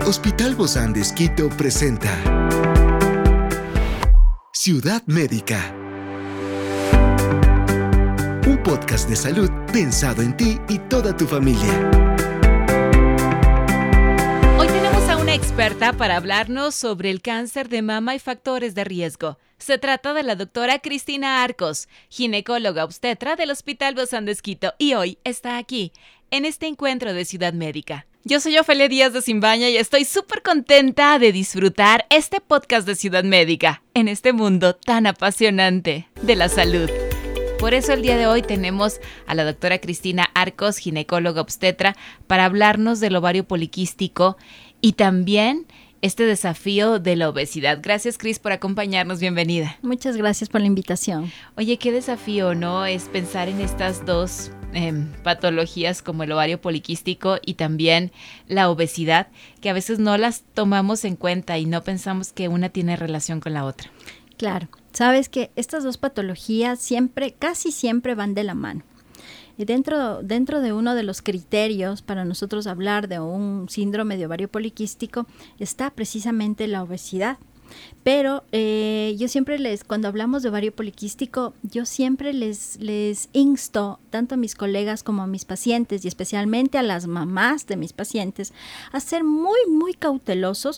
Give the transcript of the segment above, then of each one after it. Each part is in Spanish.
Hospital Bozán de Esquito presenta Ciudad Médica. Un podcast de salud pensado en ti y toda tu familia. Hoy tenemos a una experta para hablarnos sobre el cáncer de mama y factores de riesgo. Se trata de la doctora Cristina Arcos, ginecóloga obstetra del Hospital Bozán de Esquito, y hoy está aquí, en este encuentro de Ciudad Médica. Yo soy Ofelia Díaz de Simbaña y estoy súper contenta de disfrutar este podcast de Ciudad Médica en este mundo tan apasionante de la salud. Por eso el día de hoy tenemos a la doctora Cristina Arcos, ginecóloga obstetra, para hablarnos del ovario poliquístico y también este desafío de la obesidad. Gracias, Cris, por acompañarnos. Bienvenida. Muchas gracias por la invitación. Oye, qué desafío, ¿no? Es pensar en estas dos patologías como el ovario poliquístico y también la obesidad, que a veces no las tomamos en cuenta y no pensamos que una tiene relación con la otra. Claro, sabes que estas dos patologías casi siempre van de la mano. Y dentro de uno de los criterios para nosotros hablar de un síndrome de ovario poliquístico está precisamente la obesidad. Pero yo siempre cuando hablamos de ovario poliquístico, yo siempre les insto, tanto a mis colegas como a mis pacientes y especialmente a las mamás de mis pacientes, a ser muy, muy cautelosos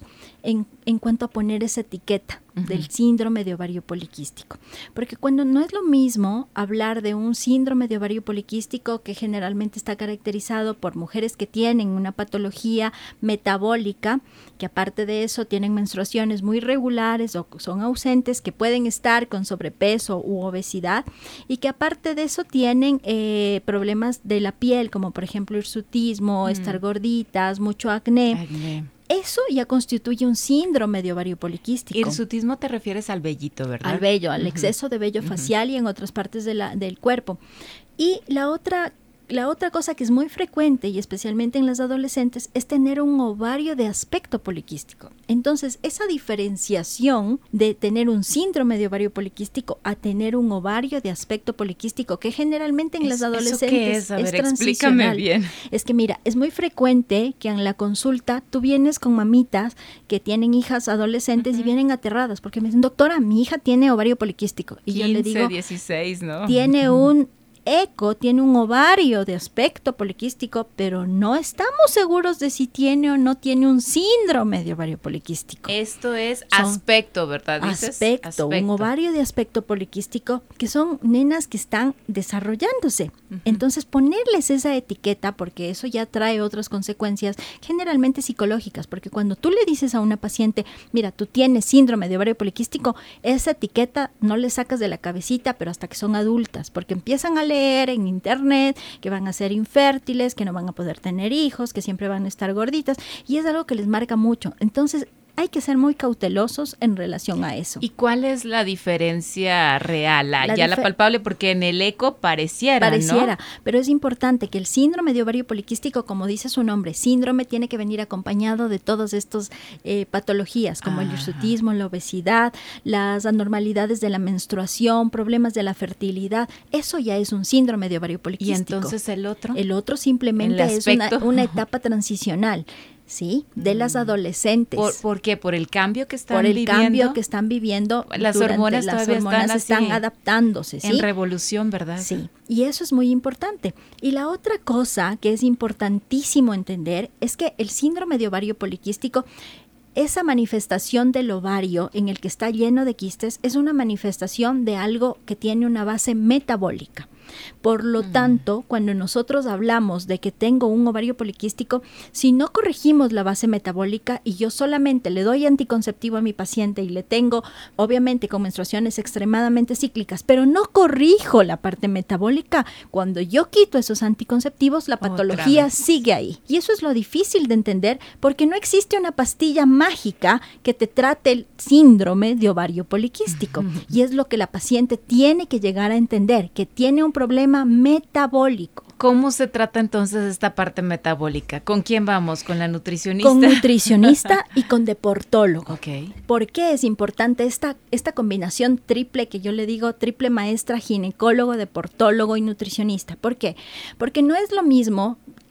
en cuanto a poner esa etiqueta del síndrome de ovario poliquístico. Porque cuando no es lo mismo hablar de un síndrome de ovario poliquístico que generalmente está caracterizado por mujeres que tienen una patología metabólica, que aparte de eso tienen menstruaciones muy regulares o son ausentes, que pueden estar con sobrepeso u obesidad y que aparte de eso tienen problemas de la piel, como por ejemplo hirsutismo, estar gorditas, mucho acné. Eso ya constituye un síndrome de ovario poliquístico. Hirsutismo te refieres al vellito, ¿verdad? Al vello, al exceso de vello facial y en otras partes del cuerpo. Y la otra cosa que es muy frecuente y especialmente en las adolescentes es tener un ovario de aspecto poliquístico. Entonces, esa diferenciación de tener un síndrome de ovario poliquístico a tener un ovario de aspecto poliquístico, que generalmente en las adolescentes ¿eso qué es? Es transicional. Explícame bien. Es que mira, es muy frecuente que en la consulta tú vienes con mamitas que tienen hijas adolescentes y vienen aterradas porque me dicen, doctora, mi hija tiene ovario poliquístico. Y 15, yo le digo, 16, ¿no? Tiene un tiene un ovario de aspecto poliquístico, pero no estamos seguros de si tiene o no tiene un síndrome de ovario poliquístico. Esto es aspecto, ¿verdad? Aspecto, un ovario de aspecto poliquístico, que son nenas que están desarrollándose. Entonces, ponerles esa etiqueta, porque eso ya trae otras consecuencias, generalmente psicológicas, porque cuando tú le dices a una paciente, mira, tú tienes síndrome de ovario poliquístico, esa etiqueta no le sacas de la cabecita, pero hasta que son adultas, porque empiezan a leer en internet que van a ser infértiles, que no van a poder tener hijos, que siempre van a estar gorditas, y es algo que les marca mucho. Entonces, hay que ser muy cautelosos en relación a eso. ¿Y cuál es la diferencia real? La palpable, porque en el eco pareciera, ¿no? Pero es importante que el síndrome de ovario poliquístico, como dice su nombre, síndrome tiene que venir acompañado de todas estas patologías, como el hirsutismo, la obesidad, las anormalidades de la menstruación, problemas de la fertilidad. Eso ya es un síndrome de ovario poliquístico. ¿Y entonces el otro? El otro simplemente es una etapa transicional. Sí, de las adolescentes. ¿Por qué? ¿Por el cambio que están viviendo? Por el cambio que están viviendo. Las hormonas están adaptándose, ¿sí? En revolución, ¿verdad? Sí, y eso es muy importante. Y la otra cosa que es importantísimo entender es que el síndrome de ovario poliquístico, esa manifestación del ovario en el que está lleno de quistes, es una manifestación de algo que tiene una base metabólica. Por lo tanto, cuando nosotros hablamos de que tengo un ovario poliquístico, si no corregimos la base metabólica y yo solamente le doy anticonceptivo a mi paciente y le tengo, obviamente, con menstruaciones extremadamente cíclicas, pero no corrijo la parte metabólica, cuando yo quito esos anticonceptivos, la patología sigue ahí. Y eso es lo difícil de entender, porque no existe una pastilla mágica que te trate el síndrome de ovario poliquístico. Y es lo que la paciente tiene que llegar a entender, que tiene un problema metabólico. ¿Cómo se trata entonces esta parte metabólica? ¿Con quién vamos? ¿Con la nutricionista? Con nutricionista y con deportólogo. Okay. ¿Por qué es importante esta combinación triple que yo le digo, triple maestra, ginecólogo, deportólogo y nutricionista? ¿Por qué? Porque no es lo mismo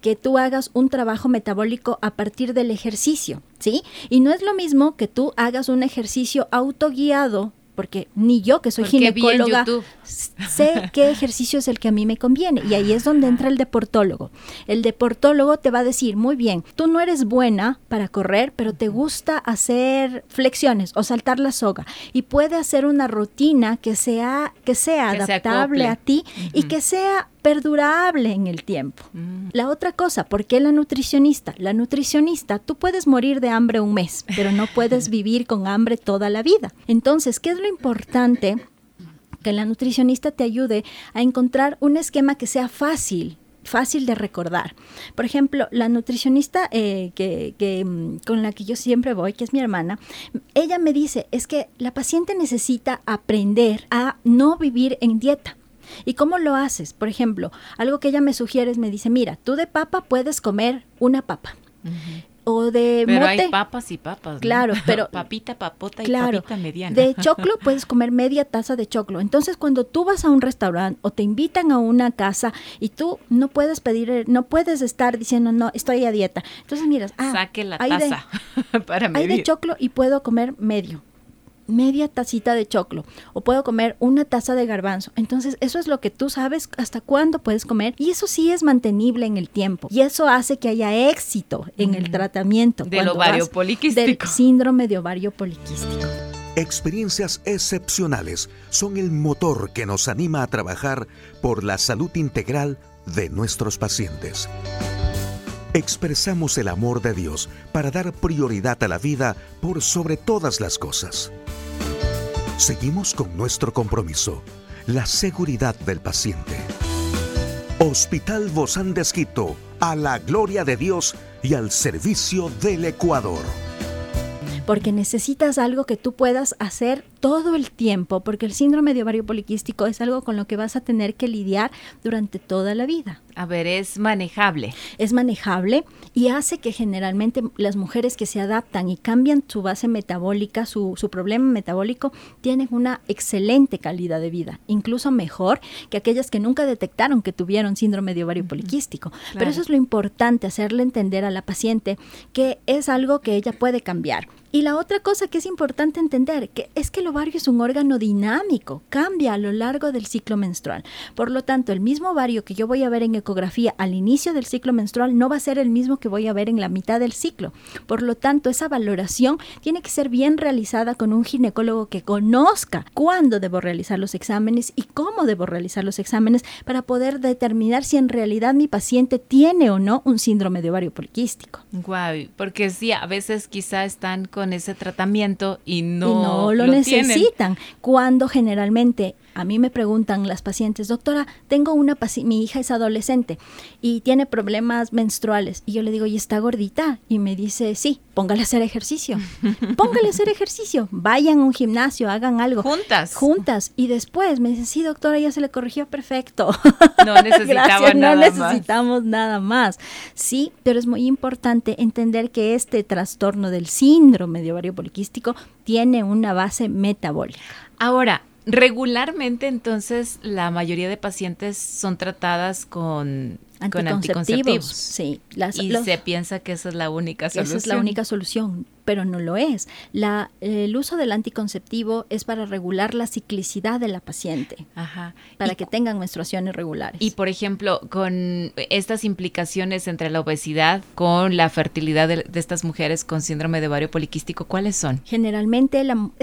que tú hagas un trabajo metabólico a partir del ejercicio, ¿sí? Y no es lo mismo que tú hagas un ejercicio autoguiado, porque ni yo, que soy ginecóloga, sé qué ejercicio es el que a mí me conviene. Y ahí es donde entra el deportólogo. El deportólogo te va a decir, muy bien, tú no eres buena para correr, pero te gusta hacer flexiones o saltar la soga. Y puede hacer una rutina que sea adaptable a ti y que sea perdurable en el tiempo. La otra cosa, ¿por qué la nutricionista? La nutricionista, tú puedes morir de hambre un mes, pero no puedes vivir con hambre toda la vida. Entonces, ¿qué es lo importante? Que la nutricionista te ayude a encontrar un esquema que sea fácil de recordar. Por ejemplo, la nutricionista con la que yo siempre voy, que es mi hermana, ella me dice, es que la paciente necesita aprender a no vivir en dieta. ¿Y cómo lo haces? Por ejemplo, algo que ella me sugiere es, me dice, mira, tú de papa puedes comer una papa. O de pero mote. hay papas y papas. Claro, ¿no? pero papita, papota y claro, papita mediana. De choclo puedes comer media taza de choclo. Entonces, cuando tú vas a un restaurante o te invitan a una casa y tú no puedes estar diciendo, no, estoy a dieta. Entonces, miras, saque la taza para medir. Hay de choclo y puedo comer media tacita de choclo, o puedo comer una taza de garbanzo. Entonces, eso es lo que tú sabes hasta cuándo puedes comer, y eso sí es mantenible en el tiempo, y eso hace que haya éxito en el tratamiento del ovario poliquístico, del síndrome de ovario poliquístico. Experiencias excepcionales son el motor que nos anima a trabajar por la salud integral de nuestros pacientes. Expresamos el amor de Dios para dar prioridad a la vida por sobre todas las cosas. Seguimos con nuestro compromiso, la seguridad del paciente. Hospital Bozán de Esquito, a la gloria de Dios y al servicio del Ecuador. Porque necesitas algo que tú puedas hacer todo el tiempo, porque el síndrome de ovario poliquístico es algo con lo que vas a tener que lidiar durante toda la vida. A ver, es manejable. Es manejable y hace que generalmente las mujeres que se adaptan y cambian su base metabólica, su problema metabólico, tienen una excelente calidad de vida, incluso mejor que aquellas que nunca detectaron que tuvieron síndrome de ovario poliquístico. Claro. Pero eso es lo importante, hacerle entender a la paciente que es algo que ella puede cambiar. Y la otra cosa que es importante entender es que el ovario es un órgano dinámico, cambia a lo largo del ciclo menstrual. Por lo tanto, el mismo ovario que yo voy a ver en ecografía al inicio del ciclo menstrual no va a ser el mismo que voy a ver en la mitad del ciclo. Por lo tanto, esa valoración tiene que ser bien realizada con un ginecólogo que conozca cuándo debo realizar los exámenes y cómo debo realizar los exámenes para poder determinar si en realidad mi paciente tiene o no un síndrome de ovario poliquístico. Guau, porque sí, a veces quizá están con ese tratamiento y no lo necesitan. Cuando generalmente a mí me preguntan las pacientes, doctora, tengo mi hija es adolescente y tiene problemas menstruales. Y yo le digo, ¿y está gordita? Y me dice, sí, póngale a hacer ejercicio. Póngale a hacer ejercicio. Vayan a un gimnasio, hagan algo. Juntas. Y después me dice, sí, doctora, ya se le corrigió, perfecto. No necesitamos nada más. Sí, pero es muy importante entender que este trastorno del síndrome de ovario poliquístico tiene una base metabólica. Ahora, regularmente, entonces, la mayoría de pacientes son tratadas con anticonceptivos. Sí. Se piensa que esa es la única solución. Esa es la única solución, pero no lo es. El uso del anticonceptivo es para regular la ciclicidad de la paciente. Ajá. Para que tengan menstruaciones regulares. Y, por ejemplo, con estas implicaciones entre la obesidad, con la fertilidad de estas mujeres con síndrome de ovario poliquístico, ¿cuáles son? Generalmente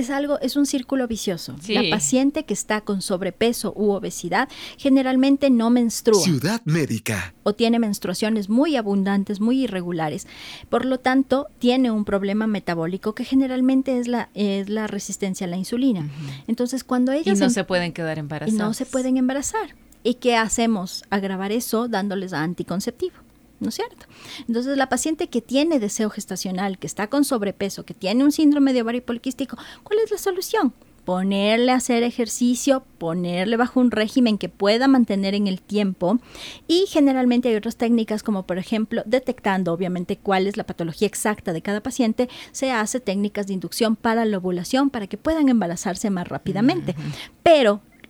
es un círculo vicioso. Sí. La paciente que está con sobrepeso u obesidad generalmente no menstrua. Ciudad Médica. O tiene menstruaciones muy abundantes, muy irregulares. Por lo tanto, tiene un problema metabólico que generalmente es la resistencia a la insulina. Uh-huh. Entonces, cuando ellas... Y no se pueden quedar embarazadas. Y no se pueden embarazar. ¿Y qué hacemos? Agravar eso dándoles anticonceptivo. ¿No es cierto? Entonces, la paciente que tiene deseo gestacional, que está con sobrepeso, que tiene un síndrome de ovario poliquístico, ¿cuál es la solución? Ponerle a hacer ejercicio, ponerle bajo un régimen que pueda mantener en el tiempo, y generalmente hay otras técnicas como, por ejemplo, detectando obviamente cuál es la patología exacta de cada paciente, se hace técnicas de inducción para la ovulación para que puedan embarazarse más rápidamente. Uh-huh. Pero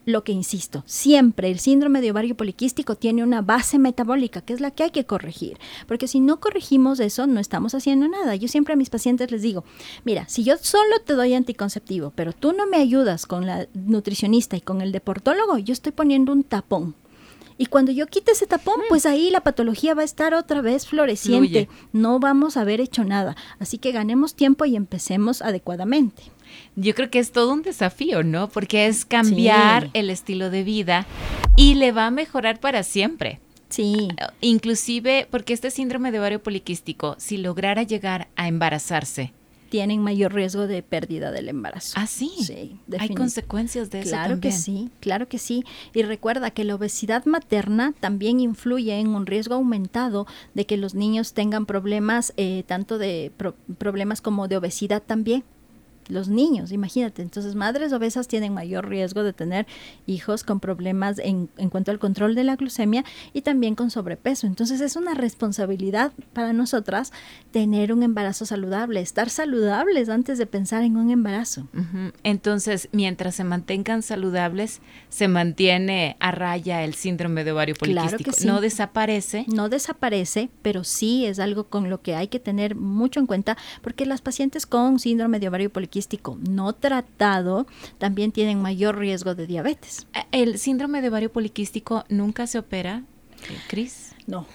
lo que insisto, siempre el síndrome de ovario poliquístico tiene una base metabólica, que es la que hay que corregir, porque si no corregimos eso, no estamos haciendo nada. Yo siempre a mis pacientes les digo, mira, si yo solo te doy anticonceptivo, pero tú no me ayudas con la nutricionista y con el deportólogo, yo estoy poniendo un tapón. Y cuando yo quite ese tapón, pues ahí la patología va a estar otra vez floreciente. No vamos a haber hecho nada. Así que ganemos tiempo y empecemos adecuadamente. Yo creo que es todo un desafío, ¿no? Porque es cambiar el estilo de vida y le va a mejorar para siempre. Sí. Inclusive porque este síndrome de ovario poliquístico, si lograra llegar a embarazarse, tienen mayor riesgo de pérdida del embarazo. ¿Ah, sí? Sí, ¿Hay consecuencias de eso también? Claro que sí. Y recuerda que la obesidad materna también influye en un riesgo aumentado de que los niños tengan problemas, tanto de problemas como de obesidad también. Los niños, imagínate, entonces madres obesas tienen mayor riesgo de tener hijos con problemas en cuanto al control de la glucemia y también con sobrepeso. Entonces es una responsabilidad para nosotras tener un embarazo saludable, estar saludables antes de pensar en un embarazo. Uh-huh. Entonces, mientras se mantengan saludables, se mantiene a raya el síndrome de ovario poliquístico. Claro que sí. No desaparece. No desaparece, pero sí es algo con lo que hay que tener mucho en cuenta, porque las pacientes con síndrome de ovario poliquístico no tratado también tienen mayor riesgo de diabetes. ¿El síndrome de ovario poliquístico nunca se opera, Cris? No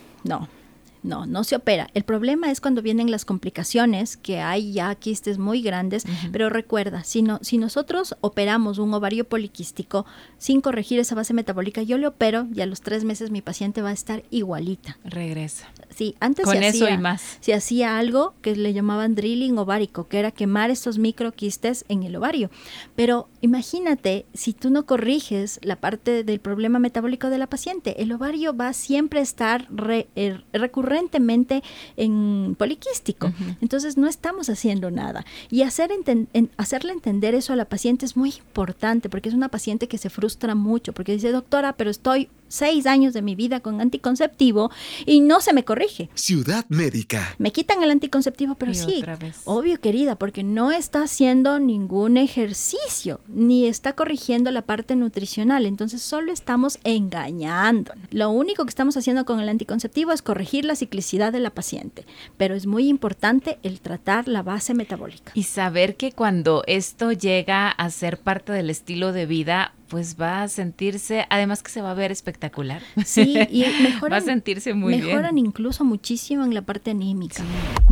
se opera. El problema es cuando vienen las complicaciones, que hay ya quistes muy grandes, pero recuerda, si nosotros operamos un ovario poliquístico sin corregir esa base metabólica, yo le opero y a los 3 meses mi paciente va a estar igualita. Regresa. Sí, antes con eso y más. Se hacía algo que le llamaban drilling ovárico, que era quemar estos microquistes en el ovario. Pero imagínate, si tú no corriges la parte del problema metabólico de la paciente, el ovario va siempre a estar recurrentemente en poliquístico. Uh-huh. Entonces no estamos haciendo nada. Y hacerle entender eso a la paciente es muy importante, porque es una paciente que se frustra mucho, porque dice, doctora, pero estoy 6 años de mi vida con anticonceptivo y no se me corrige. Ciudad Médica. Me quitan el anticonceptivo, pero sí, obvio, querida, porque no está haciendo ningún ejercicio, ni está corrigiendo la parte nutricional, entonces solo estamos engañando. Lo único que estamos haciendo con el anticonceptivo es corregir la ciclicidad de la paciente, pero es muy importante el tratar la base metabólica. Y saber que cuando esto llega a ser parte del estilo de vida, pues va a sentirse, además que se va a ver espectacular. Sí, y mejoran, va a sentirse muy bien. Mejoran incluso muchísimo en la parte anímica. Sí.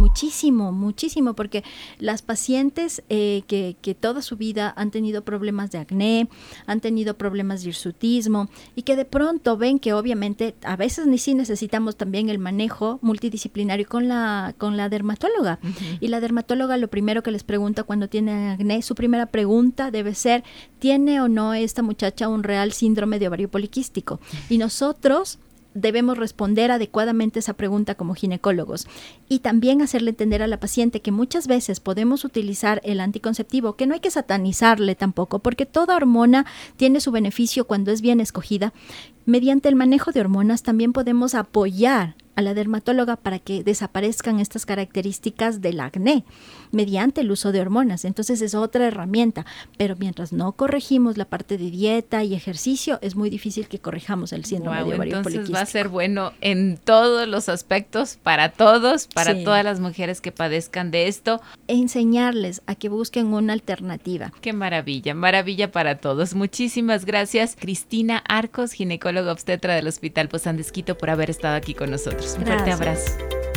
Muchísimo, porque las pacientes que toda su vida han tenido problemas de acné, han tenido problemas de hirsutismo y que de pronto ven que obviamente a veces ni sí necesitamos también el manejo multidisciplinario con la dermatóloga. Uh-huh. Y la dermatóloga lo primero que les pregunta cuando tienen acné, su primera pregunta debe ser, ¿tiene o no esta muchacha un real síndrome de ovario poliquístico? Y nosotros debemos responder adecuadamente esa pregunta como ginecólogos y también hacerle entender a la paciente que muchas veces podemos utilizar el anticonceptivo, que no hay que satanizarle tampoco, porque toda hormona tiene su beneficio cuando es bien escogida. Mediante el manejo de hormonas también podemos apoyar a la dermatóloga para que desaparezcan estas características del acné mediante el uso de hormonas. Entonces es otra herramienta, pero mientras no corregimos la parte de dieta y ejercicio, es muy difícil que corrijamos el síndrome de ovario poliquístico. Entonces va a ser bueno en todos los aspectos, para todos, para todas las mujeres que padezcan de esto. Enseñarles a que busquen una alternativa. Qué maravilla para todos. Muchísimas gracias, Cristina Arcos, ginecóloga obstetra del Hospital Bozán de Esquito, por haber estado aquí con nosotros. Un fuerte abrazo.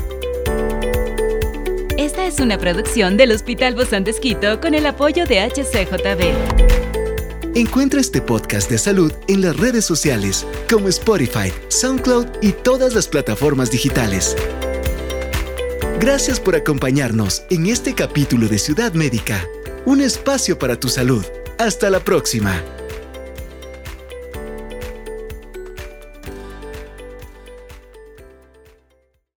Esta es una producción del Hospital Bozán de Esquito con el apoyo de HCJB. Encuentra este podcast de salud en las redes sociales como Spotify, SoundCloud y todas las plataformas digitales. Gracias por acompañarnos en este capítulo de Ciudad Médica, un espacio para tu salud. Hasta la próxima.